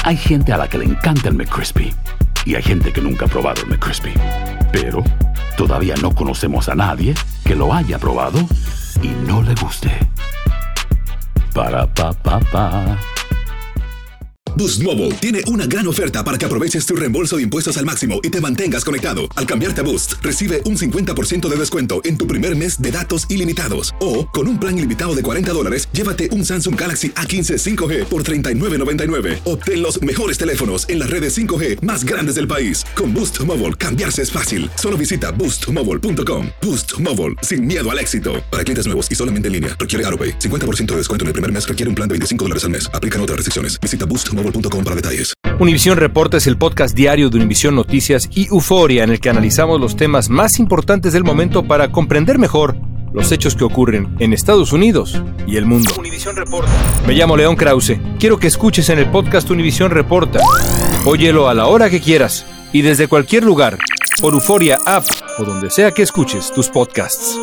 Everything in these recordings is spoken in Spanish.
Hay gente a la que le encanta el McCrispy y hay gente que nunca ha probado el McCrispy. Pero todavía no conocemos a nadie que lo haya probado y no le guste. Para pa pa pa. Boost Mobile tiene una gran oferta para que aproveches tu reembolso de impuestos al máximo y te mantengas conectado. Al cambiarte a Boost, recibe un 50% de descuento en tu primer mes de datos ilimitados. O, con un plan ilimitado de $40, llévate un Samsung Galaxy A15 5G por $39.99. Obtén los mejores teléfonos en las redes 5G más grandes del país. Con Boost Mobile, cambiarse es fácil. Solo visita boostmobile.com. Boost Mobile, sin miedo al éxito. Para clientes nuevos y solamente en línea, requiere AutoPay. 50% de descuento en el primer mes requiere un plan de $25 al mes. Aplican otras restricciones. Visita boostmobile.com para detalles. Univisión Reporta es el podcast diario de Univisión Noticias y Euforia, en el que analizamos los temas más importantes del momento para comprender mejor los hechos que ocurren en Estados Unidos y el mundo. Univisión Reporta. Me llamo León Krause. Quiero que escuches en el podcast Univisión Reporta. Óyelo a la hora que quieras y desde cualquier lugar, por Euforia App o donde sea que escuches tus podcasts.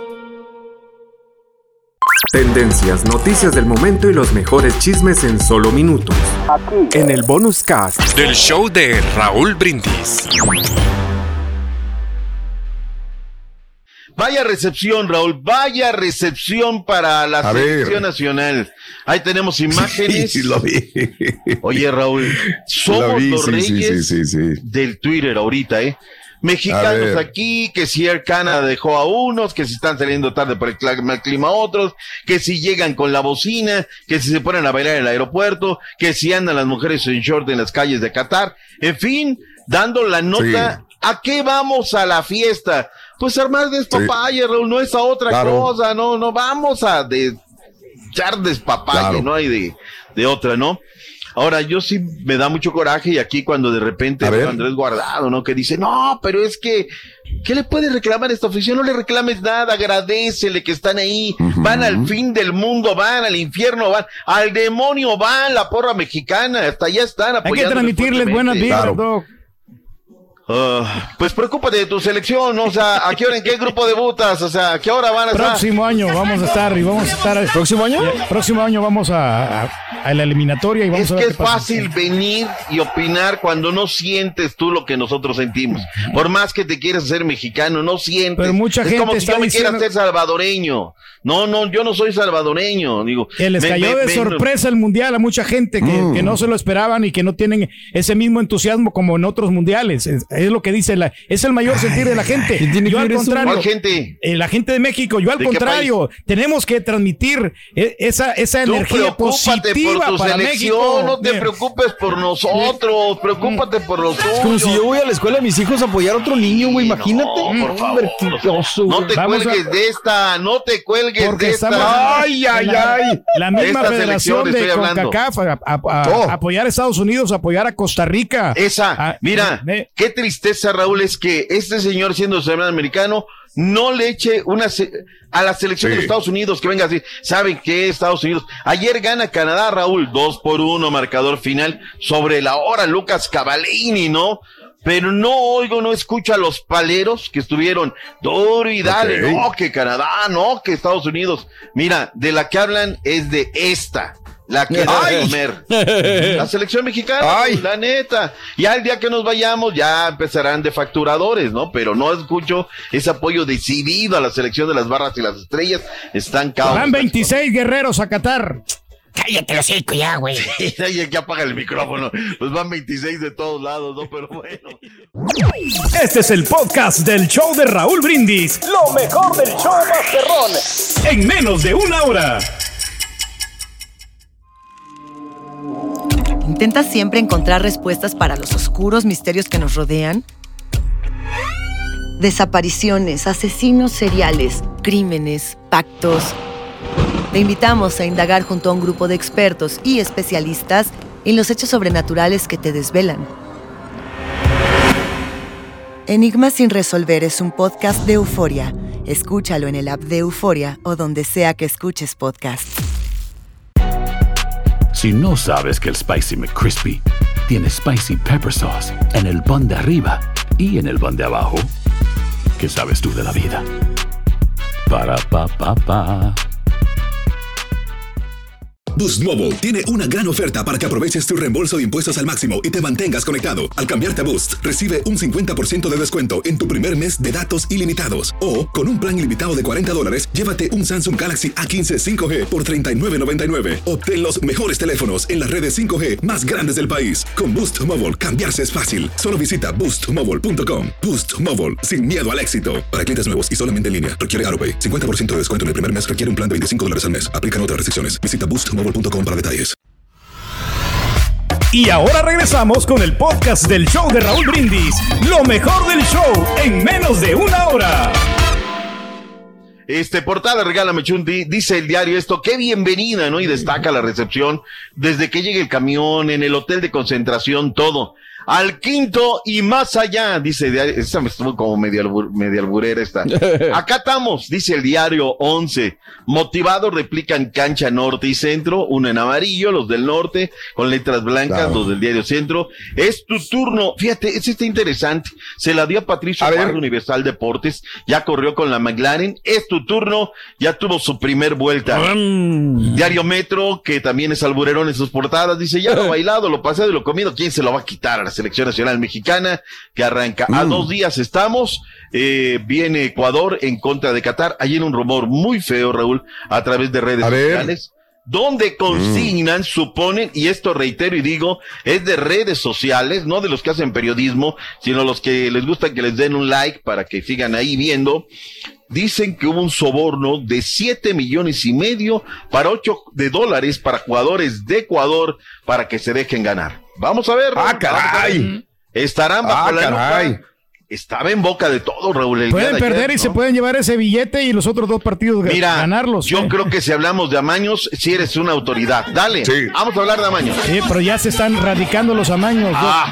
Tendencias, noticias del momento y los mejores chismes en solo minutos. Aquí, en el Bonus Cast del show de Raúl Brindis. Vaya recepción, Raúl, vaya recepción para la selección nacional. Ahí tenemos imágenes. Sí, lo vi. Oye, Raúl, somos los reyes del Twitter ahorita, Mexicanos aquí, que si Air Canada dejó a unos, que si están saliendo tarde por el clima a otros, que si llegan con la bocina, que si se ponen a bailar en el aeropuerto, que si andan las mujeres en short en las calles de Qatar, en fin, dando la nota. Sí. ¿A qué vamos a la fiesta? Pues armar despapalle, Raúl, no es a otra cosa, no vamos a echar despapalle, no hay de otra, ¿no? Ahora, yo sí me da mucho coraje y aquí cuando de repente Andrés Guardado, ¿no? Que dice, no, pero es que, ¿qué le puedes reclamar a esta oficina? No le reclames nada, agradécele que están ahí, van al fin del mundo, van al infierno, van al demonio, van la porra mexicana, hasta allá están apoyando. Hay que transmitirles buenas vibras, Doc. Pues preocúpate de tu selección, ¿no? O sea, ¿a qué hora, en qué grupo debutas? O sea, ¿a qué hora van a estar? Próximo año vamos a estar ¿Próximo año? Próximo año vamos a la eliminatoria y vamos a ver. Es que es fácil venir y opinar cuando no sientes tú lo que nosotros sentimos. Por más que te quieras hacer mexicano, no sientes. Pero mucha gente como si está yo me diciendo... quiera ser salvadoreño. No, yo no soy salvadoreño. Digo, que les cayó de sorpresa el mundial a mucha gente que no se lo esperaban y que no tienen ese mismo entusiasmo como en otros mundiales. Es lo que dice es el mayor sentir de la gente. Yo al contrario, ¿cuál gente? La gente de México, yo al contrario, tenemos que transmitir esa energía positiva por tu para selección, México. No te preocupes por nosotros, preocúpate por los tuyos. Es como si yo voy a la escuela a mis hijos a apoyar a otro niño, güey, imagínate. No, por favor. No te cuelgues de esta, no te cuelgues porque de esta. Ay. La misma esta federación de CONCACAF apoyar a Estados Unidos, apoyar a Costa Rica. Mira, qué tristeza, Raúl, es que este señor, siendo ciudadano americano, no le eche a la selección de los Estados Unidos, que venga a decir, ¿saben qué? Estados Unidos. Ayer gana Canadá, Raúl, 2-1, marcador final, sobre la hora Lucas Cavallini, ¿no? Pero no escucho a los paleros que estuvieron duro y dale, no, que Canadá, no, que Estados Unidos. Mira, de la que hablan es de esta. La que da de comer. La selección mexicana, la neta. Ya el día que nos vayamos, ya empezarán de facturadores, ¿no? Pero no escucho ese apoyo decidido a la selección de las barras y las estrellas. Están caos. Van 26 guerreros a Qatar. Cállate los hocico ya, güey. Ya apaga el micrófono. Pues van 26 de todos lados, ¿no? Pero bueno. Este es el podcast del show de Raúl Brindis. Lo mejor del show Masterrón. En menos de una hora. ¿Intentas siempre encontrar respuestas para los oscuros misterios que nos rodean? Desapariciones, asesinos seriales, crímenes, pactos. Te invitamos a indagar junto a un grupo de expertos y especialistas en los hechos sobrenaturales que te desvelan. Enigmas sin resolver es un podcast de Euforia. Escúchalo en el app de Euforia o donde sea que escuches podcasts. Si no sabes que el Spicy McCrispy tiene Spicy Pepper Sauce en el pan de arriba y en el pan de abajo, ¿qué sabes tú de la vida? Para, pa, pa, pa. Boost Mobile tiene una gran oferta para que aproveches tu reembolso de impuestos al máximo y te mantengas conectado. Al cambiarte a Boost, recibe un 50% de descuento en tu primer mes de datos ilimitados. O, con un plan ilimitado de $40, llévate un Samsung Galaxy A15 5G por $39.99. Obtén los mejores teléfonos en las redes 5G más grandes del país. Con Boost Mobile, cambiarse es fácil. Solo visita boostmobile.com. Boost Mobile, sin miedo al éxito. Para clientes nuevos y solamente en línea, requiere AutoPay. 50% de descuento en el primer mes requiere un plan de $25 al mes. Aplican otras restricciones. Visita boostmobile.com para detalles. Y ahora regresamos con el podcast del show de Raúl Brindis. Lo mejor del show en menos de una hora. Portada, regálame Chundi, dice el diario esto, qué bienvenida, ¿no? Y destaca la recepción desde que llega el camión, en el hotel de concentración, todo. Al quinto y más allá, dice el diario, esta me estuvo como media alburera esta. Acá estamos, dice el diario 11. Motivados replican cancha norte y centro, uno en amarillo, los del norte, con letras blancas, claro. Los del diario centro. Es tu turno, fíjate, este está interesante. Se la dio a Patricio Guardo, Universal Deportes, ya corrió con la McLaren. Es tu turno, ya tuvo su primer vuelta. Diario Metro, que también es alburerón en sus portadas, dice, ya lo bailado, lo pasado y lo comido, ¿quién se lo va a quitar a la selección nacional mexicana que arranca? A 2 días estamos, viene Ecuador en contra de Qatar. Hay un rumor muy feo, Raúl, a través de redes sociales, donde consignan, suponen, y esto reitero y digo, es de redes sociales, no de los que hacen periodismo, sino los que les gusta que les den un like para que sigan ahí viendo. Dicen que hubo un soborno de $7.5 millones para $8 para jugadores de Ecuador para que se dejen ganar. Vamos a ver. ¡Ah, caray! Estarán bajo la lupa. Estaba en boca de todo, Raúl. Pueden perder y se pueden llevar ese billete y los otros 2 partidos ganarlos. Yo creo que si hablamos de amaños, si eres una autoridad. Dale, vamos a hablar de amaños. Sí, pero ya se están radicando los amaños.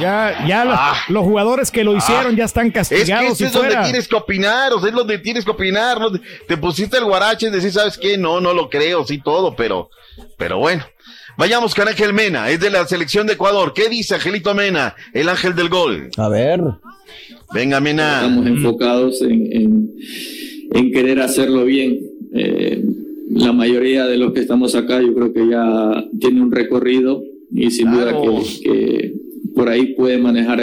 Los jugadores que lo hicieron ya están castigados. Es donde tienes que opinar, o sea, es donde tienes que opinar. ¿No? Te pusiste el guarache y decís, ¿sabes qué? No lo creo, sí, todo, pero bueno. Vayamos con Ángel Mena, es de la selección de Ecuador. ¿Qué dice Angelito Mena, el ángel del gol? A ver. Venga, Mena. Estamos enfocados en querer hacerlo bien. La mayoría de los que estamos acá, yo creo que ya tiene un recorrido y sin duda que por ahí puede manejar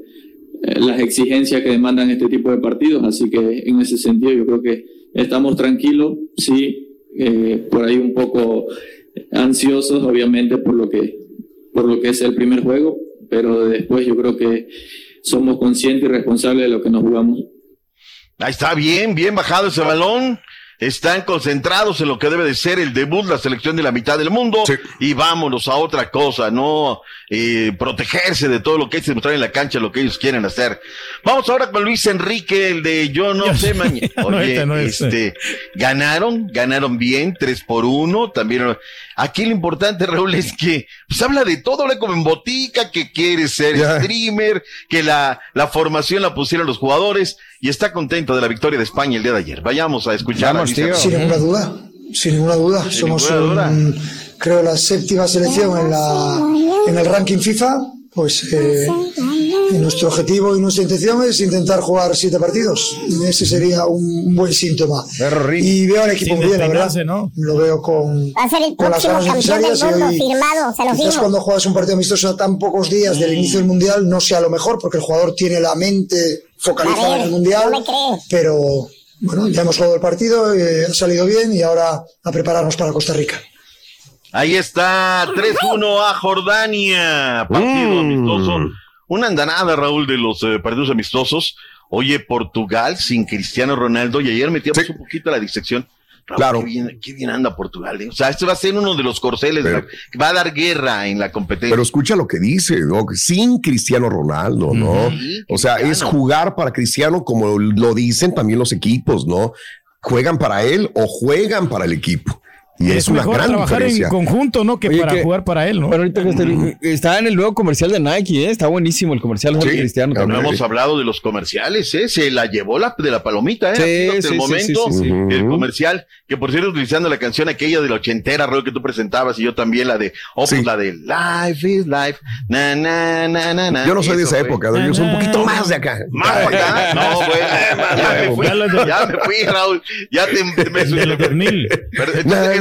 las exigencias que demandan este tipo de partidos. Así que en ese sentido yo creo que estamos tranquilos, sí, por ahí un poco ansiosos, obviamente, por lo que es el primer juego, pero después yo creo que somos conscientes y responsables de lo que nos jugamos. Ahí está, bien bajado ese balón. Están concentrados en lo que debe de ser el debut, la selección de la mitad del mundo, y vámonos a otra cosa, no protegerse de todo lo que hay que demostrar en la cancha, lo que ellos quieren hacer. Vamos ahora con Luis Enrique, el de yo no sé mañana. Oye, ganaron bien, 3-1, también. Aquí lo importante, Raúl, es que pues habla de todo, habla como en botica, que quiere ser streamer, que la formación la pusieron los jugadores, y está contento de la victoria de España el día de ayer. Vayamos a escuchar. Sin ninguna duda. Somos, creo, la 7ª selección en el ranking FIFA. Pues nuestro objetivo y nuestra intención es intentar jugar 7 partidos. Ese sería un buen síntoma. Y veo al equipo muy bien, la verdad. ¿No? Lo veo con las ganas necesarias. Quizás cuando juegas un partido amistoso a tan pocos días del inicio del Mundial no sea lo mejor, porque el jugador tiene la mente focalizada en el Mundial. Pero bueno, ya hemos jugado el partido, ha salido bien y ahora a prepararnos para Costa Rica. Ahí está, 3-1 a Jordania, partido amistoso. Una andanada, Raúl, de los partidos amistosos. Oye, Portugal sin Cristiano Ronaldo, y ayer metíamos un poquito a la disección. Raúl, claro. Qué bien anda Portugal, ¿eh? O sea, este va a ser uno de los corceles, va a dar guerra en la competencia. Pero escucha lo que dice, ¿no? Sin Cristiano Ronaldo, ¿no? O sea, es jugar para Cristiano, como lo dicen también los equipos, ¿no? Juegan para él o juegan para el equipo. Y es una gran trabajar diferencia. En conjunto, ¿no? Que jugar para él, ¿no? Pero ahorita está en el nuevo comercial de Nike, ¿eh? Está buenísimo el comercial de Cristiano. No hemos hablado de los comerciales, ¿eh? Se la llevó de la palomita, ¿eh? Hasta el momento, el comercial, que por cierto, utilizando la canción aquella de la ochentera, Raúl, que tú presentabas, y yo también la de, la de Life is Life, na, na, na, na, na. Yo no soy de esa época, yo soy un poquito más de acá. ¿Más de acá? No, güey, ya me fui, Raúl, ya me subí.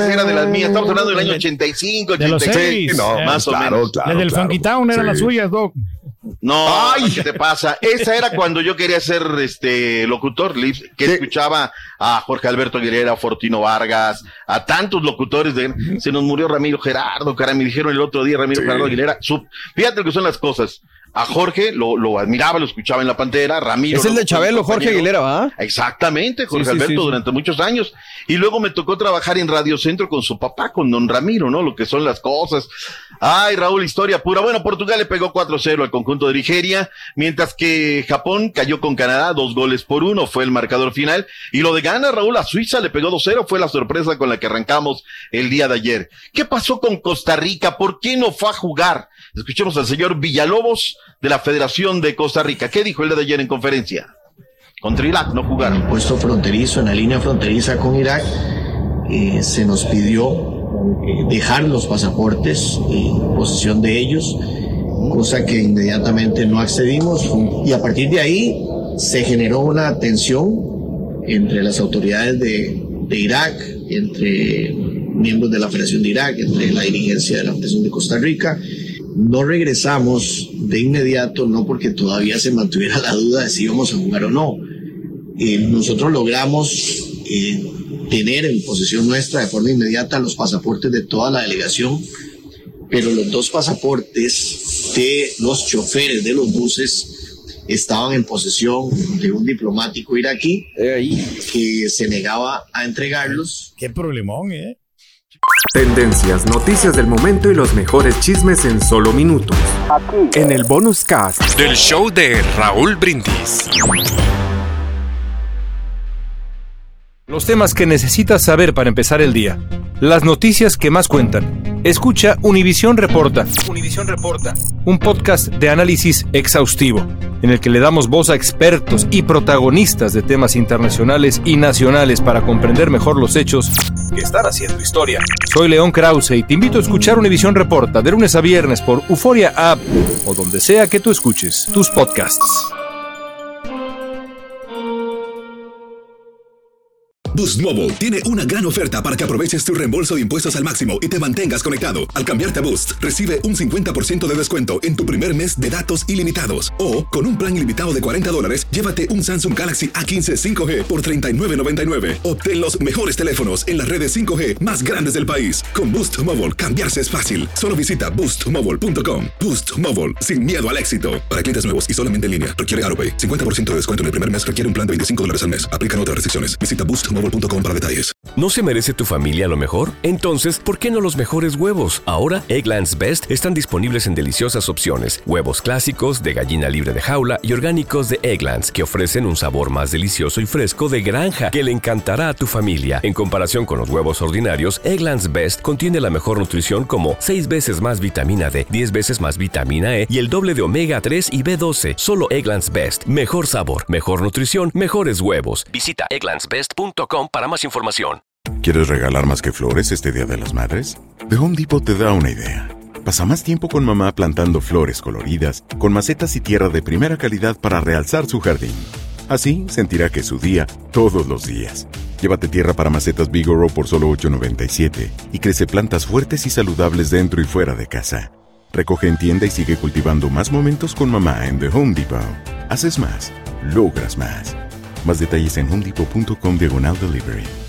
esa era de las mías. Estamos hablando del año 85, 86. Sí, más o menos. Las del Funky Town eran las suyas, Doc. No, ¿qué te pasa? Esa era cuando yo quería ser locutor, que escuchaba a Jorge Alberto Aguilera, a Fortino Vargas, a tantos locutores. Se nos murió Ramiro Gerardo, cara, me dijeron el otro día Ramiro Gerardo Aguilera. Fíjate lo que son las cosas. A Jorge lo admiraba, lo escuchaba en La Pantera. Ramiro. Es el de Chabelo, Jorge Aguilera, ¿va? Exactamente, Jorge Alberto durante muchos años. Y luego me tocó trabajar en Radio Centro con su papá, con don Ramiro, ¿no? Lo que son las cosas. Ay, Raúl, historia pura. Bueno, Portugal le pegó 4-0 al conjunto de Nigeria, mientras que Japón cayó con Canadá 2-1, fue el marcador final. Y lo de Ghana, Raúl, a Suiza le pegó 2-0, fue la sorpresa con la que arrancamos el día de ayer. ¿Qué pasó con Costa Rica? ¿Por qué no fue a jugar? Escuchemos al señor Villalobos de la Federación de Costa Rica. ¿Qué dijo el día de ayer en conferencia? Contra Irak no jugaron. En el puesto fronterizo, en la línea fronteriza con Irak, se nos pidió dejar los pasaportes en posesión de ellos, cosa que inmediatamente no accedimos, y a partir de ahí se generó una tensión entre las autoridades de Irak, entre miembros de la Federación de Irak, entre la dirigencia de la Federación de Costa Rica. No regresamos de inmediato, no porque todavía se mantuviera la duda de si íbamos a jugar o no. Nosotros logramos tener en posesión nuestra de forma inmediata los pasaportes de toda la delegación, pero los 2 pasaportes de los choferes de los buses estaban en posesión de un diplomático iraquí que se negaba a entregarlos. Qué problemón, Tendencias, noticias del momento y los mejores chismes en solo minutos. Aquí, en el Bonus Cast del show de Raúl Brindis. Los temas que necesitas saber para empezar el día. Las noticias que más cuentan. Escucha Univisión Reporta. Univisión Reporta. Un podcast de análisis exhaustivo, en el que le damos voz a expertos y protagonistas de temas internacionales y nacionales para comprender mejor los hechos que están haciendo historia. Soy León Krause y te invito a escuchar Univisión Reporta de lunes a viernes por Euforia App o donde sea que tú escuches tus podcasts. Boost Mobile tiene una gran oferta para que aproveches tu reembolso de impuestos al máximo y te mantengas conectado. Al cambiarte a Boost, recibe un 50% de descuento en tu primer mes de datos ilimitados. O, con un plan ilimitado de $40, llévate un Samsung Galaxy A15 5G por $39.99. Obtén los mejores teléfonos en las redes 5G más grandes del país. Con Boost Mobile, cambiarse es fácil. Solo visita boostmobile.com. Boost Mobile, sin miedo al éxito. Para clientes nuevos y solamente en línea, requiere AutoPay. 50% de descuento en el primer mes requiere un plan de $25 al mes. Aplican otras restricciones. Visita boostmobile.com para detalles. ¿No se merece tu familia lo mejor? Entonces, ¿por qué no los mejores huevos? Ahora, Eggland's Best están disponibles en deliciosas opciones. Huevos clásicos, de gallina libre de jaula y orgánicos de Eggland's, que ofrecen un sabor más delicioso y fresco de granja que le encantará a tu familia. En comparación con los huevos ordinarios, Eggland's Best contiene la mejor nutrición como 6 veces más vitamina D, 10 veces más vitamina E y el doble de omega 3 y B12. Solo Eggland's Best. Mejor sabor, mejor nutrición, mejores huevos. Visita egglandsbest.com para más información. ¿Quieres regalar más que flores este Día de las Madres? The Home Depot te da una idea. Pasa más tiempo con mamá plantando flores coloridas, con macetas y tierra de primera calidad para realzar su jardín. Así sentirá que es su día todos los días. Llévate tierra para macetas Vigoro por solo $8.97 y crece plantas fuertes y saludables dentro y fuera de casa. Recoge en tienda y sigue cultivando más momentos con mamá en The Home Depot. Haces más, logras más. Más detalles en homedepot.com/delivery.